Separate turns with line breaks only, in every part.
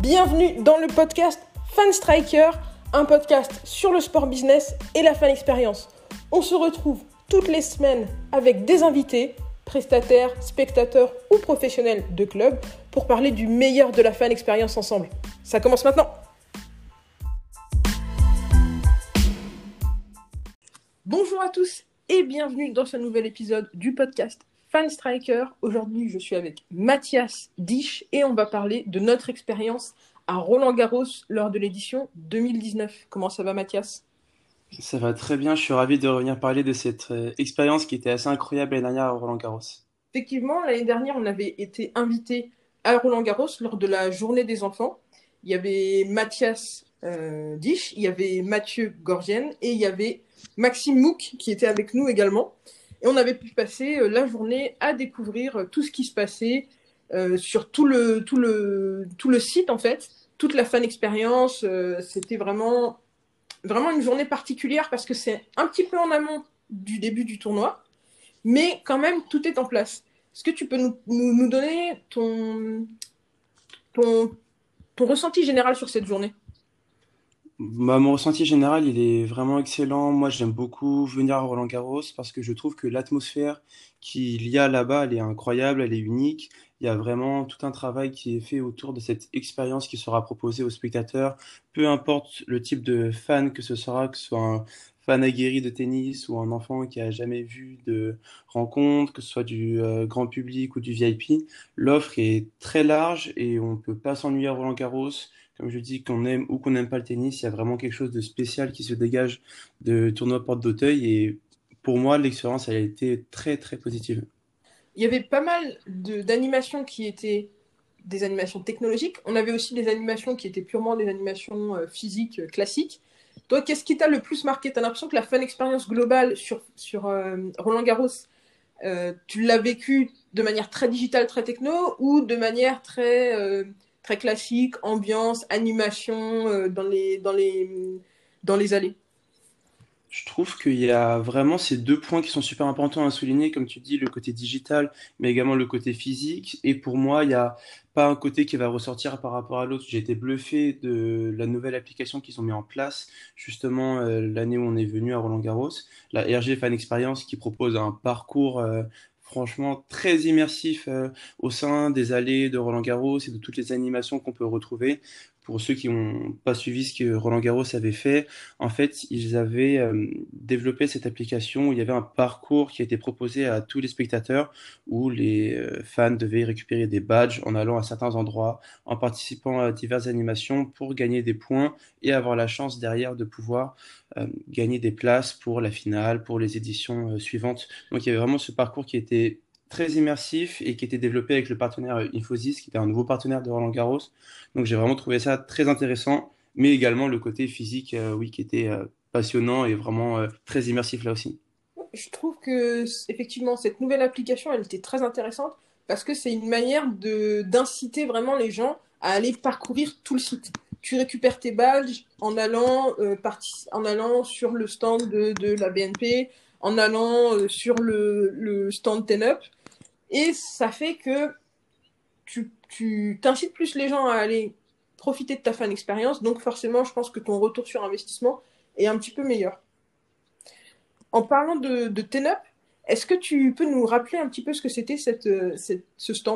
Bienvenue dans le podcast Fan Striker, un podcast sur le sport business et la fan expérience. On se retrouve toutes les semaines avec des invités, prestataires, spectateurs ou professionnels de club pour parler du meilleur de la fan expérience ensemble. Ça commence maintenant. Bonjour à tous et bienvenue dans ce nouvel épisode du podcast Fan Striker. Aujourd'hui, je suis avec Mathias Dich et on va parler de notre expérience à Roland-Garros lors de l'édition 2019. Comment ça va, Mathias ?
Ça va très bien, je suis ravi de revenir parler de cette expérience qui était assez incroyable l'année dernière à Roland-Garros.
Effectivement, l'année dernière, on avait été invité à Roland-Garros lors de la journée des enfants. Il y avait Mathias Dich, il y avait Mathieu Gorgienne et il y avait Maxime Mouk qui était avec nous également. Et on avait pu passer la journée à découvrir tout ce qui se passait sur tout le site, en fait, toute la fan expérience. C'était vraiment une journée particulière parce que c'est un petit peu en amont du début du tournoi, mais quand même, tout est en place. Est-ce que tu peux nous donner ton, ton ressenti général sur cette journée ?
Mon ressenti général, il est vraiment excellent. Moi, j'aime beaucoup venir à Roland-Garros parce que je trouve que l'atmosphère qu'il y a là-bas, elle est incroyable, elle est unique. Il y a vraiment tout un travail qui est fait autour de cette expérience qui sera proposée aux spectateurs, peu importe le type de fan que ce sera, que ce soit un fan aguerri de tennis ou un enfant qui a jamais vu de rencontre, que ce soit du grand public ou du VIP. L'offre est très large et on peut pas s'ennuyer à Roland-Garros. Comme je dis, qu'on aime ou qu'on n'aime pas le tennis, il y a vraiment quelque chose de spécial qui se dégage de tournoi Porte d'Auteuil. Et pour moi, l'expérience, elle a été très, très positive.
Il y avait pas mal d'animations qui étaient des animations technologiques. On avait aussi des animations qui étaient purement des animations physiques classiques. Toi, qu'est-ce qui t'a le plus marqué ? T'as l'impression que la fan expérience globale sur Roland-Garros, tu l'as vécu de manière très digitale, très techno, ou de manière très classique, ambiance, animation dans les allées ?
Je trouve qu'il y a vraiment ces deux points qui sont super importants à souligner, comme tu dis, le côté digital, mais également le côté physique. Et pour moi, il n'y a pas un côté qui va ressortir par rapport à l'autre. J'ai été bluffé de la nouvelle application qu'ils ont mis en place, justement l'année où on est venu à Roland-Garros, la RG Fan Experience, qui propose un parcours franchement très immersif au sein des allées de Roland-Garros et de toutes les animations qu'on peut retrouver. Pour ceux qui n'ont pas suivi ce que Roland-Garros avait fait, en fait, ils avaient développé cette application où il y avait un parcours qui a été proposé à tous les spectateurs où les fans devaient récupérer des badges en allant à certains endroits, en participant à diverses animations pour gagner des points et avoir la chance derrière de pouvoir gagner des places pour la finale, pour les éditions suivantes. Donc il y avait vraiment ce parcours qui était très immersif et qui était développé avec le partenaire Infosys, qui était un nouveau partenaire de Roland-Garros. Donc j'ai vraiment trouvé ça très intéressant, mais également le côté physique, oui, qui était passionnant et vraiment très immersif là aussi.
Je trouve que effectivement cette nouvelle application, elle était très intéressante parce que c'est une manière d'inciter vraiment les gens à aller parcourir tout le site. Tu récupères tes badges en allant sur le stand de la BNP, en allant sur le stand TenUp, et ça fait que tu t'incites plus les gens à aller profiter de ta fan expérience. Donc forcément, je pense que ton retour sur investissement est un petit peu meilleur. En parlant de TenUp, est-ce que tu peux nous rappeler un petit peu ce que c'était ce stand ?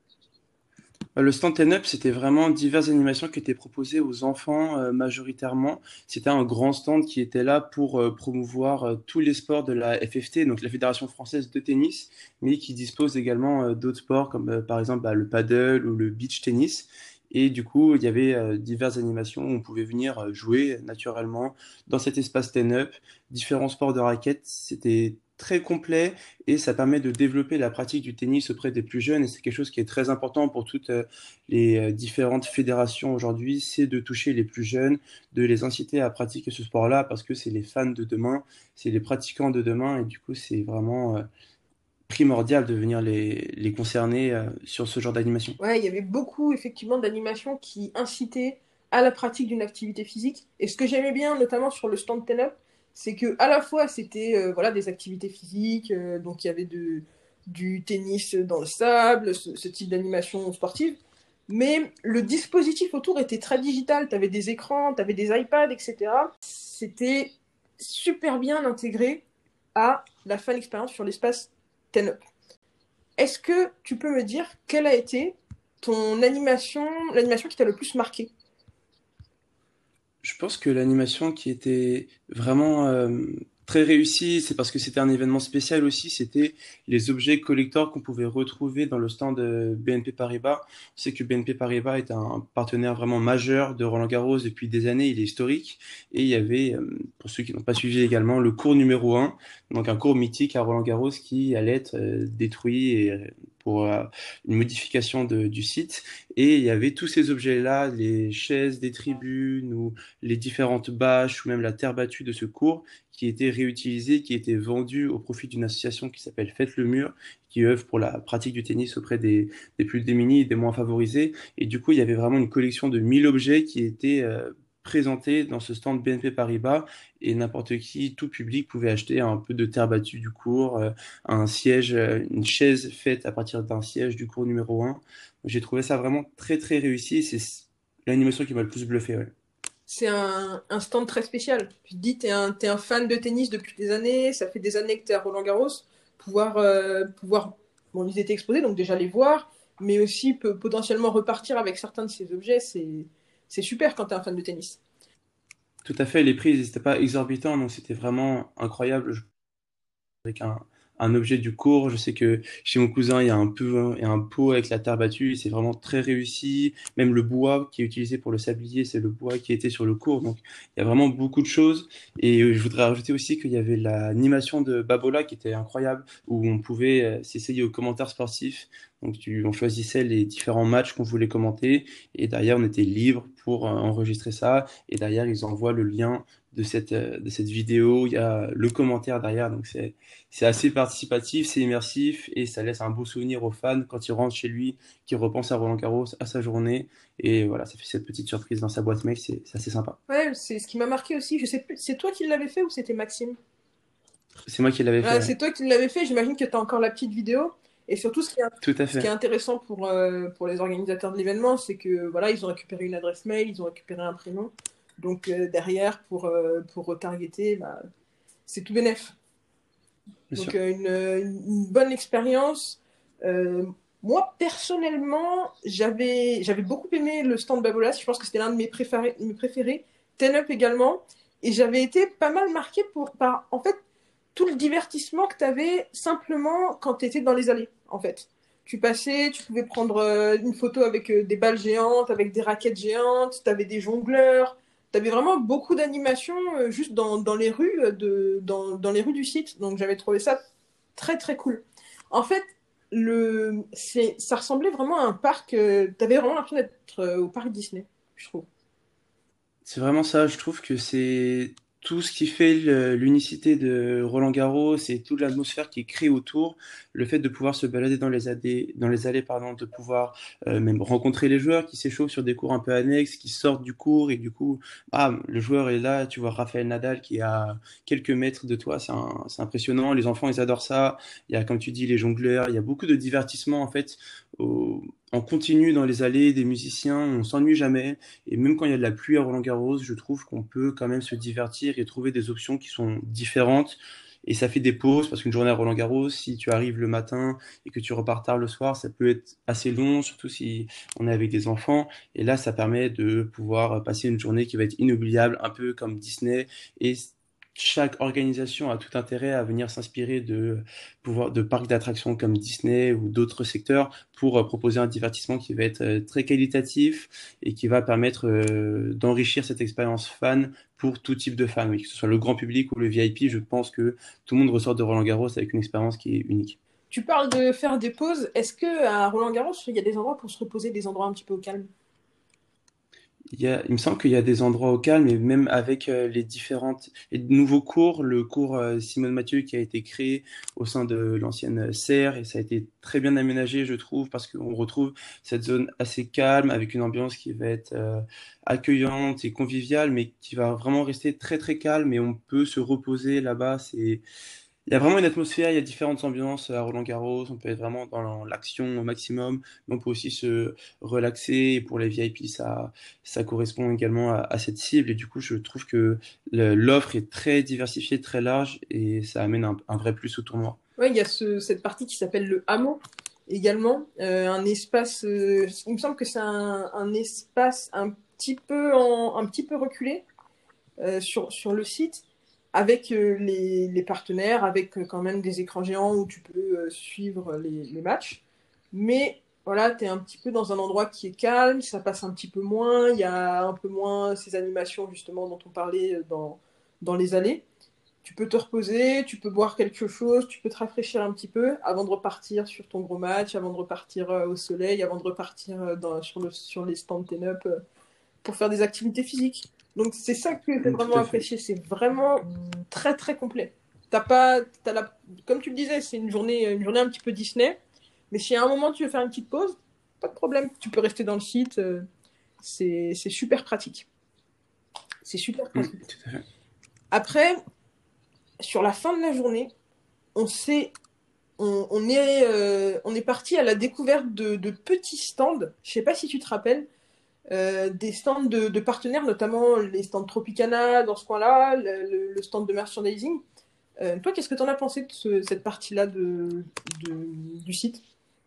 Le stand Ten Up, c'était vraiment diverses animations qui étaient proposées aux enfants majoritairement. C'était un grand stand qui était là pour promouvoir tous les sports de la FFT, donc la Fédération française de tennis, mais qui dispose également d'autres sports comme par exemple le paddle ou le beach tennis. Et du coup, il y avait diverses animations où on pouvait venir jouer naturellement dans cet espace Ten Up, différents sports de raquettes. C'était très complet et ça permet de développer la pratique du tennis auprès des plus jeunes et c'est quelque chose qui est très important pour toutes les différentes fédérations aujourd'hui, c'est de toucher les plus jeunes, de les inciter à pratiquer ce sport-là parce que c'est les fans de demain, c'est les pratiquants de demain et du coup c'est vraiment primordial de venir les concerner sur ce genre d'animation.
Ouais, il y avait beaucoup effectivement d'animations qui incitaient à la pratique d'une activité physique. Et ce que j'aimais bien, notamment sur le stand TenUp, c'est que à la fois c'était voilà des activités physiques, donc il y avait du tennis dans le sable, ce type d'animation sportive, mais le dispositif autour était très digital. Tu avais des écrans, tu avais des iPads, etc. C'était super bien intégré à la fan expérience sur l'espace 10up. Est-ce que tu peux me dire quelle a été ton animation, l'animation qui t'a le plus marqué?
Je pense que l'animation qui était vraiment très réussie, c'est parce que c'était un événement spécial aussi, c'était les objets collector qu'on pouvait retrouver dans le stand de BNP Paribas. On sait que BNP Paribas est un partenaire vraiment majeur de Roland-Garros depuis des années, il est historique. Et il y avait, pour ceux qui n'ont pas suivi également, le cours numéro un, donc un cours mythique à Roland-Garros qui allait être détruit pour une modification du site. Et il y avait tous ces objets-là, les chaises des tribunes ou les différentes bâches ou même la terre battue de ce cours qui étaient réutilisées, qui étaient vendues au profit d'une association qui s'appelle Faites le Mur, qui œuvre pour la pratique du tennis auprès des plus démunis et des moins favorisés. Et du coup, il y avait vraiment une collection de 1000 objets qui étaient présentés dans ce stand BNP Paribas et n'importe qui, tout public, pouvait acheter un peu de terre battue du cours, un siège, une chaise faite à partir d'un siège du cours numéro un. J'ai trouvé ça vraiment très très réussi. C'est l'animation qui m'a le plus bluffé. Ouais.
C'est un stand très spécial. Tu te dis, t'es un fan de tennis depuis des années, ça fait des années que t'es à Roland-Garros. Bon, ils étaient exposés, donc déjà les voir, mais aussi potentiellement repartir avec certains de ces objets, c'est super quand t'es un fan de tennis.
Tout à fait, les prix n'étaient pas exorbitants, donc c'était vraiment incroyable. Avec un objet du cours. Je sais que chez mon cousin, il y a un pot avec la terre battue et c'est vraiment très réussi. Même le bois qui est utilisé pour le sablier, c'est le bois qui était sur le cours. Donc, il y a vraiment beaucoup de choses. Et je voudrais rajouter aussi qu'il y avait l'animation de Babola qui était incroyable, où on pouvait s'essayer aux commentaires sportifs. Donc, on choisissait les différents matchs qu'on voulait commenter et derrière, on était libre pour enregistrer ça. Et derrière, ils envoient le lien de cette vidéo. Il y a le commentaire derrière. Donc, c'est assez participatif, c'est immersif et ça laisse un beau souvenir aux fans quand ils rentrent chez lui, qui repense à Roland Garros, à sa journée. Et voilà, ça fait cette petite surprise dans sa boîte mail, c'est assez sympa.
Ouais, c'est ce qui m'a marqué aussi. Je sais plus, c'est toi qui l'avais fait ou c'était Maxime?
C'est moi qui l'avais fait,
Ouais,
ouais.
c'est toi qui l'avais fait. J'imagine que tu as encore la petite vidéo. Et surtout,
Tout à
ce qui est
fait.
intéressant pour les organisateurs de l'événement, c'est que voilà, ils ont récupéré une adresse mail, ils ont récupéré un prénom. Donc derrière, pour retargeter, bah, c'est tout bénef.
Bien
Donc
sûr.
une bonne expérience. Euh, Moi, personnellement, j'avais beaucoup aimé le stand Babolas. Je pense que c'était l'un de mes préférés. Ten Up également. Et j'avais été pas mal marqué par, en fait, tout le divertissement que tu avais simplement quand tu étais dans les allées, en fait. Tu passais, tu pouvais prendre une photo avec des balles géantes, avec des raquettes géantes, tu avais des jongleurs, tu avais vraiment beaucoup d'animations juste dans les rues dans les rues du site. Donc j'avais trouvé ça très très cool. En fait, ça ressemblait vraiment à un parc. Tu avais vraiment l'impression d'être au parc Disney, je trouve.
C'est vraiment ça, je trouve que c'est tout ce qui fait l'unicité de Roland Garros et toute l'atmosphère qui est créée autour, le fait de pouvoir se balader dans les allées, pardon, de pouvoir même rencontrer les joueurs qui s'échauffent sur des cours un peu annexes, qui sortent du cours et du coup, ah, le joueur est là, tu vois Raphaël Nadal qui est à quelques mètres de toi, c'est impressionnant, les enfants ils adorent ça, il y a comme tu dis les jongleurs, il y a beaucoup de divertissement en fait en continu dans les allées, des musiciens, on s'ennuie jamais. Et même quand il y a de la pluie à Roland-Garros, je trouve qu'on peut quand même se divertir et trouver des options qui sont différentes. Et ça fait des pauses, parce qu'une journée à Roland-Garros, si tu arrives le matin et que tu repars tard le soir, ça peut être assez long, surtout si on est avec des enfants. Et là, ça permet de pouvoir passer une journée qui va être inoubliable, un peu comme Disney. Et chaque organisation a tout intérêt à venir s'inspirer de parcs d'attractions comme Disney ou d'autres secteurs pour proposer un divertissement qui va être très qualitatif et qui va permettre d'enrichir cette expérience fan pour tout type de fan, oui, que ce soit le grand public ou le VIP. Je pense que tout le monde ressort de Roland-Garros avec une expérience qui est unique.
Tu parles de faire des pauses. Est-ce que à Roland-Garros, il y a des endroits pour se reposer, des endroits un petit peu au calme?
Il me semble qu'il y a des endroits au calme, et même avec les nouveaux cours, le cours Simone Mathieu qui a été créé au sein de l'ancienne serre, et ça a été très bien aménagé, je trouve, parce qu'on retrouve cette zone assez calme, avec une ambiance qui va être accueillante et conviviale, mais qui va vraiment rester très très calme, et on peut se reposer là-bas. Il y a vraiment une atmosphère, il y a différentes ambiances à Roland-Garros. On peut être vraiment dans l'action au maximum, mais on peut aussi se relaxer. Et pour les VIP, ça correspond également à cette cible. Et du coup, je trouve que l'offre est très diversifiée, très large, et ça amène un vrai plus au tournoi.
Ouais, il y a cette partie qui s'appelle le hameau également, un espace. Il me semble que c'est un espace un petit peu reculé sur le site, avec les partenaires, avec quand même des écrans géants où tu peux suivre les matchs. Mais voilà, tu es un petit peu dans un endroit qui est calme, ça passe un petit peu moins, il y a un peu moins ces animations justement dont on parlait dans les allées. Tu peux te reposer, tu peux boire quelque chose, tu peux te rafraîchir un petit peu avant de repartir sur ton gros match, avant de repartir au soleil, avant de repartir sur les stand ten-up pour faire des activités physiques. Donc c'est ça que j'ai
Mm,
vraiment
tout à fait.
apprécié, c'est vraiment très très complet. T'as pas, comme tu le disais, c'est une journée un petit peu Disney, mais si à un moment tu veux faire une petite pause, pas de problème, tu peux rester dans le site, c'est super pratique. C'est super
Mm,
pratique.
tout à fait.
Après, sur la fin de la journée, on s'est on est parti à la découverte de petits stands. Je sais pas si tu te rappelles, des stands de partenaires, notamment les stands Tropicana dans ce coin-là, le stand de merchandising. Toi, qu'est-ce que tu en as pensé de cette partie-là du site?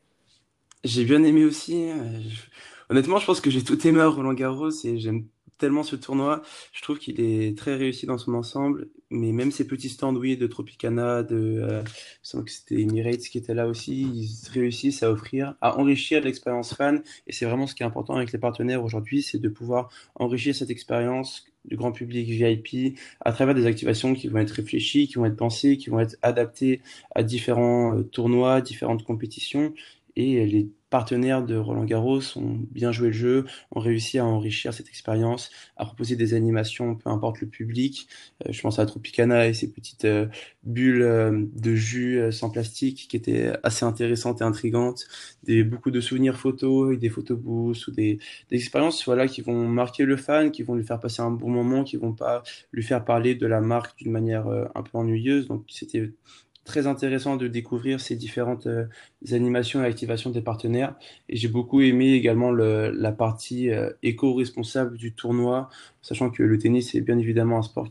J'ai bien aimé aussi. Honnêtement, je pense que j'ai tout aimé à Roland-Garros et j'aime tellement ce tournoi. Je trouve qu'il est très réussi dans son ensemble. Mais même ces petits stands, oui, de Tropicana, il me semble que c'était Emirates qui était là aussi, ils réussissent à offrir, à enrichir l'expérience fan. Et c'est vraiment ce qui est important avec les partenaires aujourd'hui, c'est de pouvoir enrichir cette expérience du grand public VIP à travers des activations qui vont être réfléchies, qui vont être pensées, qui vont être adaptées à différents tournois, différentes compétitions. Et les partenaires de Roland-Garros ont bien joué le jeu, ont réussi à enrichir cette expérience, à proposer des animations, peu importe le public. Je pense à Tropicana et ses petites bulles de jus sans plastique qui étaient assez intéressantes et intrigantes. Beaucoup de souvenirs photos et des photobooths ou des expériences voilà, qui vont marquer le fan, qui vont lui faire passer un bon moment, qui vont pas lui faire parler de la marque d'une manière un peu ennuyeuse. Donc c'était très intéressant de découvrir ces différentes animations et activations des partenaires. Et j'ai beaucoup aimé également la partie éco-responsable du tournoi, sachant que le tennis est bien évidemment un sport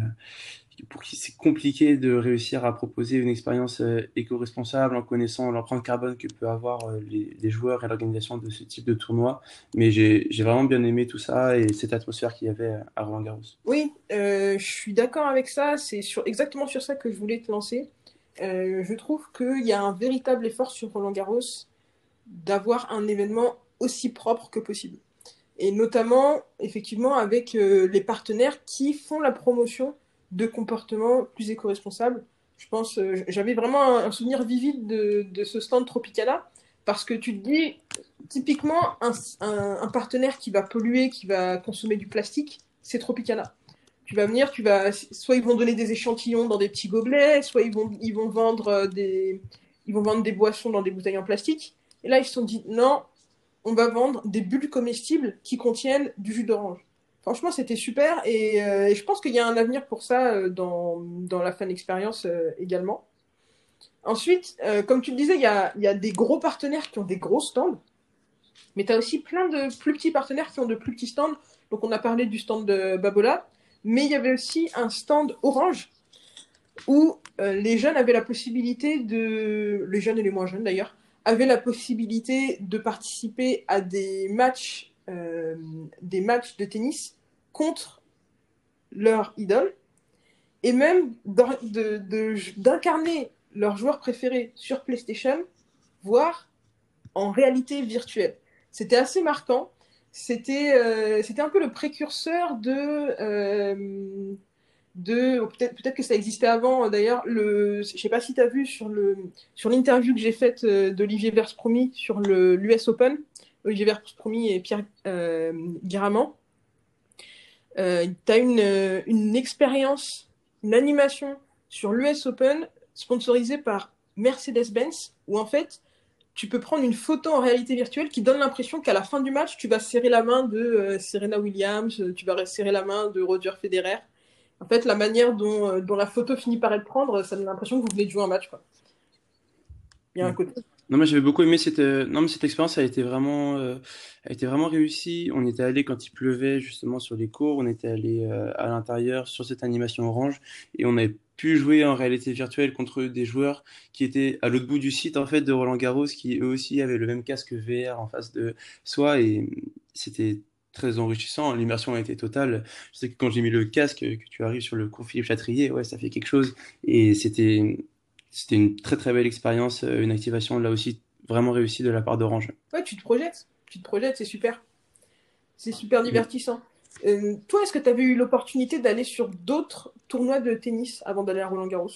pour qui c'est compliqué de réussir à proposer une expérience éco-responsable en connaissant l'empreinte carbone que peut avoir les joueurs et l'organisation de ce type de tournoi. Mais j'ai vraiment bien aimé tout ça et cette atmosphère qu'il y avait à Roland-Garros.
Oui, je suis d'accord avec ça. Exactement sur ça que je voulais te lancer. Je trouve qu'il y a un véritable effort sur Roland-Garros d'avoir un événement aussi propre que possible. Et notamment, effectivement, avec les partenaires qui font la promotion de comportements plus éco-responsables. Je pense, j'avais vraiment un souvenir vivide de ce stand Tropicana, parce que tu te dis, typiquement, un partenaire qui va polluer, qui va consommer du plastique, c'est Tropicana. Tu vas venir, soit ils vont donner des échantillons dans des petits gobelets, soit ils vont vendre ils vont vendre des boissons dans des bouteilles en plastique. Et là, ils se sont dit, non, on va vendre des bulles comestibles qui contiennent du jus d'orange. Franchement, c'était super et je pense qu'il y a un avenir pour ça dans la fan expérience également. Ensuite, comme tu le disais, il y a des gros partenaires qui ont des gros stands, mais tu as aussi plein de plus petits partenaires qui ont de plus petits stands. Donc, on a parlé du stand de Babola, mais il y avait aussi un stand Orange où les jeunes avaient la possibilité les jeunes et les moins jeunes d'ailleurs, avaient la possibilité de participer à des matchs de tennis contre leur idole et même d'incarner leur joueur préféré sur PlayStation, voire en réalité virtuelle. C'était assez marquant. C'était un peu le précurseur peut-être que ça existait avant d'ailleurs. Je sais pas si tu as vu sur l'interview que j'ai faite d'Olivier Verspromy sur l'US Open, Olivier Verspromy et Pierre Guiraman. Tu as une expérience, une animation sur l'US Open sponsorisée par Mercedes-Benz où en fait tu peux prendre une photo en réalité virtuelle qui donne l'impression qu'à la fin du match, tu vas serrer la main de Serena Williams, tu vas serrer la main de Roger Federer. En fait, la manière dont la photo finit par être prendre, ça donne l'impression que vous venez de jouer un match, quoi. Il y a un
Mm.
côté.
Non, moi j'avais beaucoup aimé cette, non, mais cette expérience, a été vraiment réussie. On était allé quand il pleuvait justement sur les cours, on était allé à l'intérieur sur cette animation orange et on avait pu jouer en réalité virtuelle contre des joueurs qui étaient à l'autre bout du site en fait de Roland Garros, qui eux aussi avaient le même casque VR en face de soi et c'était très enrichissant. L'immersion a été totale. Je sais que quand j'ai mis le casque, que tu arrives sur le cours Philippe Chatrier, ouais, ça fait quelque chose et c'était une très très belle expérience, une activation là aussi vraiment réussie de la part d'Orange.
Ouais, tu te projettes. Tu te projettes, c'est super. C'est super
Mm.
divertissant. Toi, est-ce que tu avais eu l'opportunité d'aller sur d'autres tournois de tennis avant d'aller à Roland-Garros?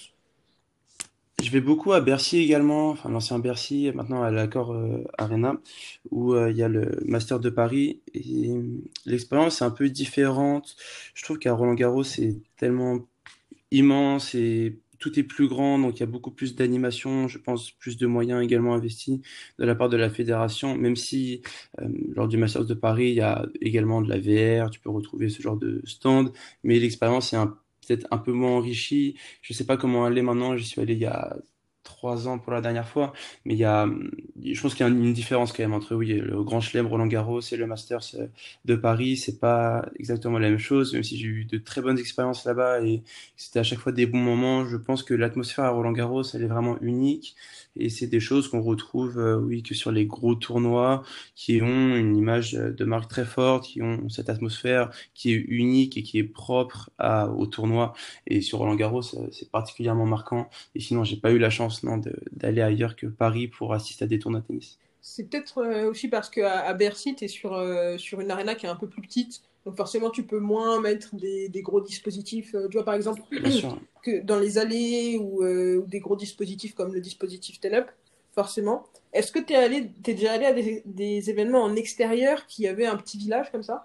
Je vais beaucoup à Bercy également, enfin l'ancien Bercy, maintenant à l'Accor Arena, où il y a le Master de Paris. Et l'expérience est un peu différente. Je trouve qu'à Roland-Garros, c'est tellement immense et tout est plus grand, donc il y a beaucoup plus d'animation, je pense plus de moyens également investis de la part de la fédération, même si lors du Masters de Paris, il y a également de la VR, tu peux retrouver ce genre de stand, mais l'expérience est peut-être un peu moins enrichie. Je sais pas comment aller maintenant, j'y suis allé il y a 3 ans pour la dernière fois, mais je pense qu'il y a une différence quand même entre oui, le Grand Chelem, Roland-Garros et le Masters de Paris, c'est pas exactement la même chose, même si j'ai eu de très bonnes expériences là-bas et c'était à chaque fois des bons moments. Je pense que l'atmosphère à Roland-Garros, elle est vraiment unique et c'est des choses qu'on retrouve, oui, que sur les gros tournois qui ont une image de marque très forte, qui ont cette atmosphère qui est unique et qui est propre au tournoi. Et sur Roland-Garros, c'est particulièrement marquant. Et sinon, j'ai pas eu la chance, non, d'aller ailleurs que Paris pour assister à des tournois de tennis.
C'est peut-être aussi parce qu'à Bercy, tu es sur une arena qui est un peu plus petite. Donc forcément, tu peux moins mettre des gros dispositifs. Tu vois, par exemple,
Bien sûr.
que dans les allées ou des gros dispositifs comme le dispositif Ten-Up, forcément. Est-ce que t'es déjà allé à des événements en extérieur qui avaient un petit village comme ça?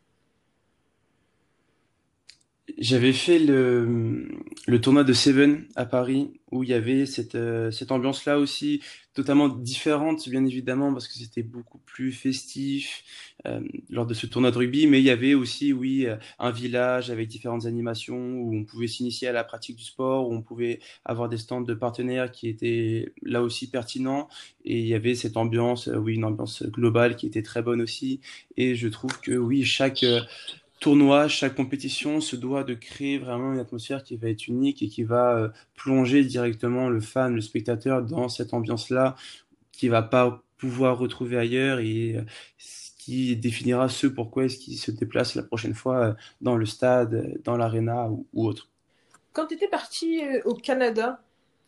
J'avais fait le tournoi de Seven à Paris où il y avait cette ambiance-là aussi totalement différente, bien évidemment, parce que c'était beaucoup plus festif lors de ce tournoi de rugby, mais il y avait aussi, oui, un village avec différentes animations où on pouvait s'initier à la pratique du sport, où on pouvait avoir des stands de partenaires qui étaient là aussi pertinents, et il y avait cette ambiance, oui, une ambiance globale qui était très bonne aussi, et je trouve que, oui, chaque tournoi, chaque compétition se doit de créer vraiment une atmosphère qui va être unique et qui va plonger directement le fan, le spectateur dans cette ambiance-là qu'il va pas pouvoir retrouver ailleurs et ce qui définira ce pourquoi est-ce qu'il se déplace la prochaine fois dans le stade, dans l'arena ou autre.
Quand tu étais parti au Canada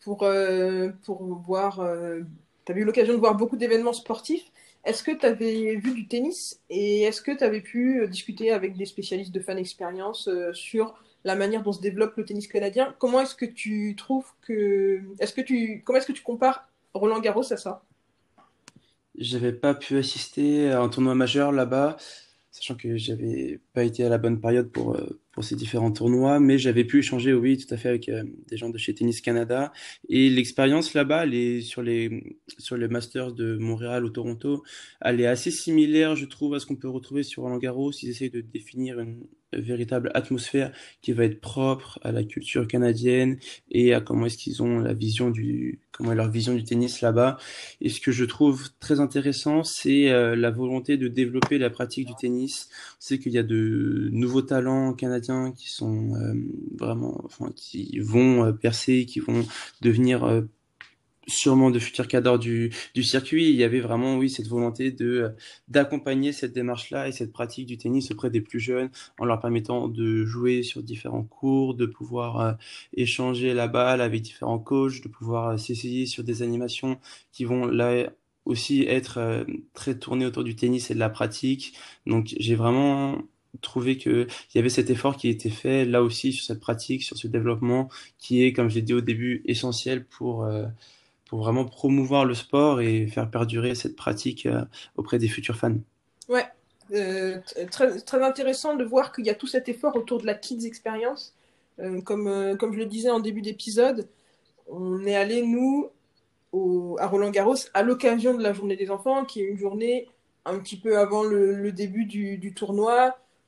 pour voir, tu avais eu l'occasion de voir beaucoup d'événements sportifs, est-ce que tu avais vu du tennis et est-ce que tu avais pu discuter avec des spécialistes de fan expérience sur la manière dont se développe le tennis canadien? Comment est-ce que tu trouves que... Comment est-ce que tu compares Roland Garros à ça?
J'avais pas pu assister à un tournoi majeur là-bas, sachant que j'avais pas été à la bonne période pour ces différents tournois, mais j'avais pu échanger, oui, tout à fait, avec des gens de chez Tennis Canada. Et l'expérience là-bas, elle est sur les Masters de Montréal ou Toronto, elle est assez similaire, je trouve, à ce qu'on peut retrouver sur Roland-Garros. Ils essayent de définir une véritable atmosphère qui va être propre à la culture canadienne et à comment est-ce qu'ils ont comment est leur vision du tennis là-bas. Et ce que je trouve très intéressant, c'est la volonté de développer la pratique du tennis. On sait qu'il y a de nouveaux talents canadiens qui sont vraiment, enfin, qui vont percer, qui vont devenir sûrement de futurs cadors du circuit. Il y avait vraiment, oui, cette volonté d'accompagner cette démarche-là et cette pratique du tennis auprès des plus jeunes en leur permettant de jouer sur différents cours, de pouvoir échanger la balle avec différents coachs, de pouvoir s'essayer sur des animations qui vont là aussi être très tournées autour du tennis et de la pratique. Donc j'ai vraiment trouvé que il y avait cet effort qui a été fait là aussi sur cette pratique, sur ce développement qui est, comme je l'ai dit au début, essentiel pour vraiment promouvoir le sport et faire perdurer cette pratique auprès des futurs fans.
Ouais, très, très intéressant de voir qu'il y a tout cet effort autour de la Kids Experience. Comme je le disais en début d'épisode, on est allé, nous, à Roland-Garros à l'occasion de la journée des enfants, qui est une journée un petit peu avant le début du tournoi,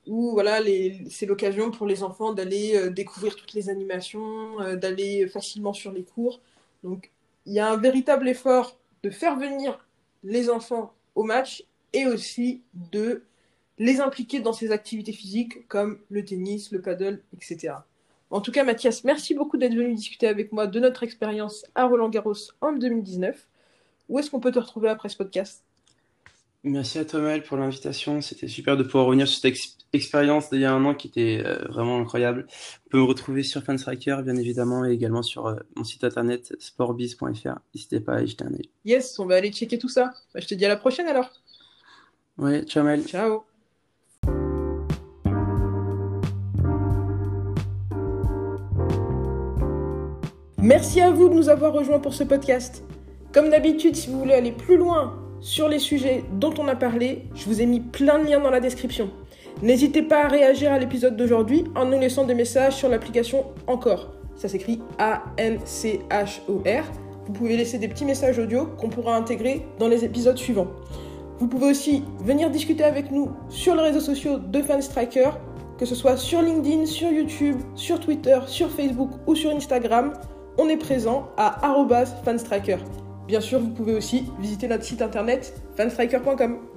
où voilà, c'est l'occasion pour les enfants d'aller découvrir toutes les animations, d'aller facilement sur les cours. Donc, il y a un véritable effort de faire venir les enfants au match et aussi de les impliquer dans ces activités physiques comme le tennis, le paddle, etc. En tout cas, Mathias, merci beaucoup d'être venu discuter avec moi de notre expérience à Roland-Garros en 2019. Où est-ce qu'on peut te retrouver après ce podcast?
Merci à toi, Mel, pour l'invitation. C'était super de pouvoir revenir sur cette expérience d'il y a un an qui était vraiment incroyable. On peut me retrouver sur Fanstriker, bien évidemment, et également sur mon site internet sportbiz.fr. N'hésitez pas à y jeter un œil.
Yes, on va aller checker tout ça. Bah, je te dis à la prochaine alors.
Ouais, ciao, Mel.
Ciao. Merci à vous de nous avoir rejoints pour ce podcast. Comme d'habitude, si vous voulez aller plus loin sur les sujets dont on a parlé, je vous ai mis plein de liens dans la description. N'hésitez pas à réagir à l'épisode d'aujourd'hui en nous laissant des messages sur l'application Encore. Ça s'écrit A-N-C-H-O-R. Vous pouvez laisser des petits messages audio qu'on pourra intégrer dans les épisodes suivants. Vous pouvez aussi venir discuter avec nous sur les réseaux sociaux de Fanstriker, que ce soit sur LinkedIn, sur YouTube, sur Twitter, sur Facebook ou sur Instagram. On est présent à @fanstriker. Bien sûr, vous pouvez aussi visiter notre site internet fanstriker.com.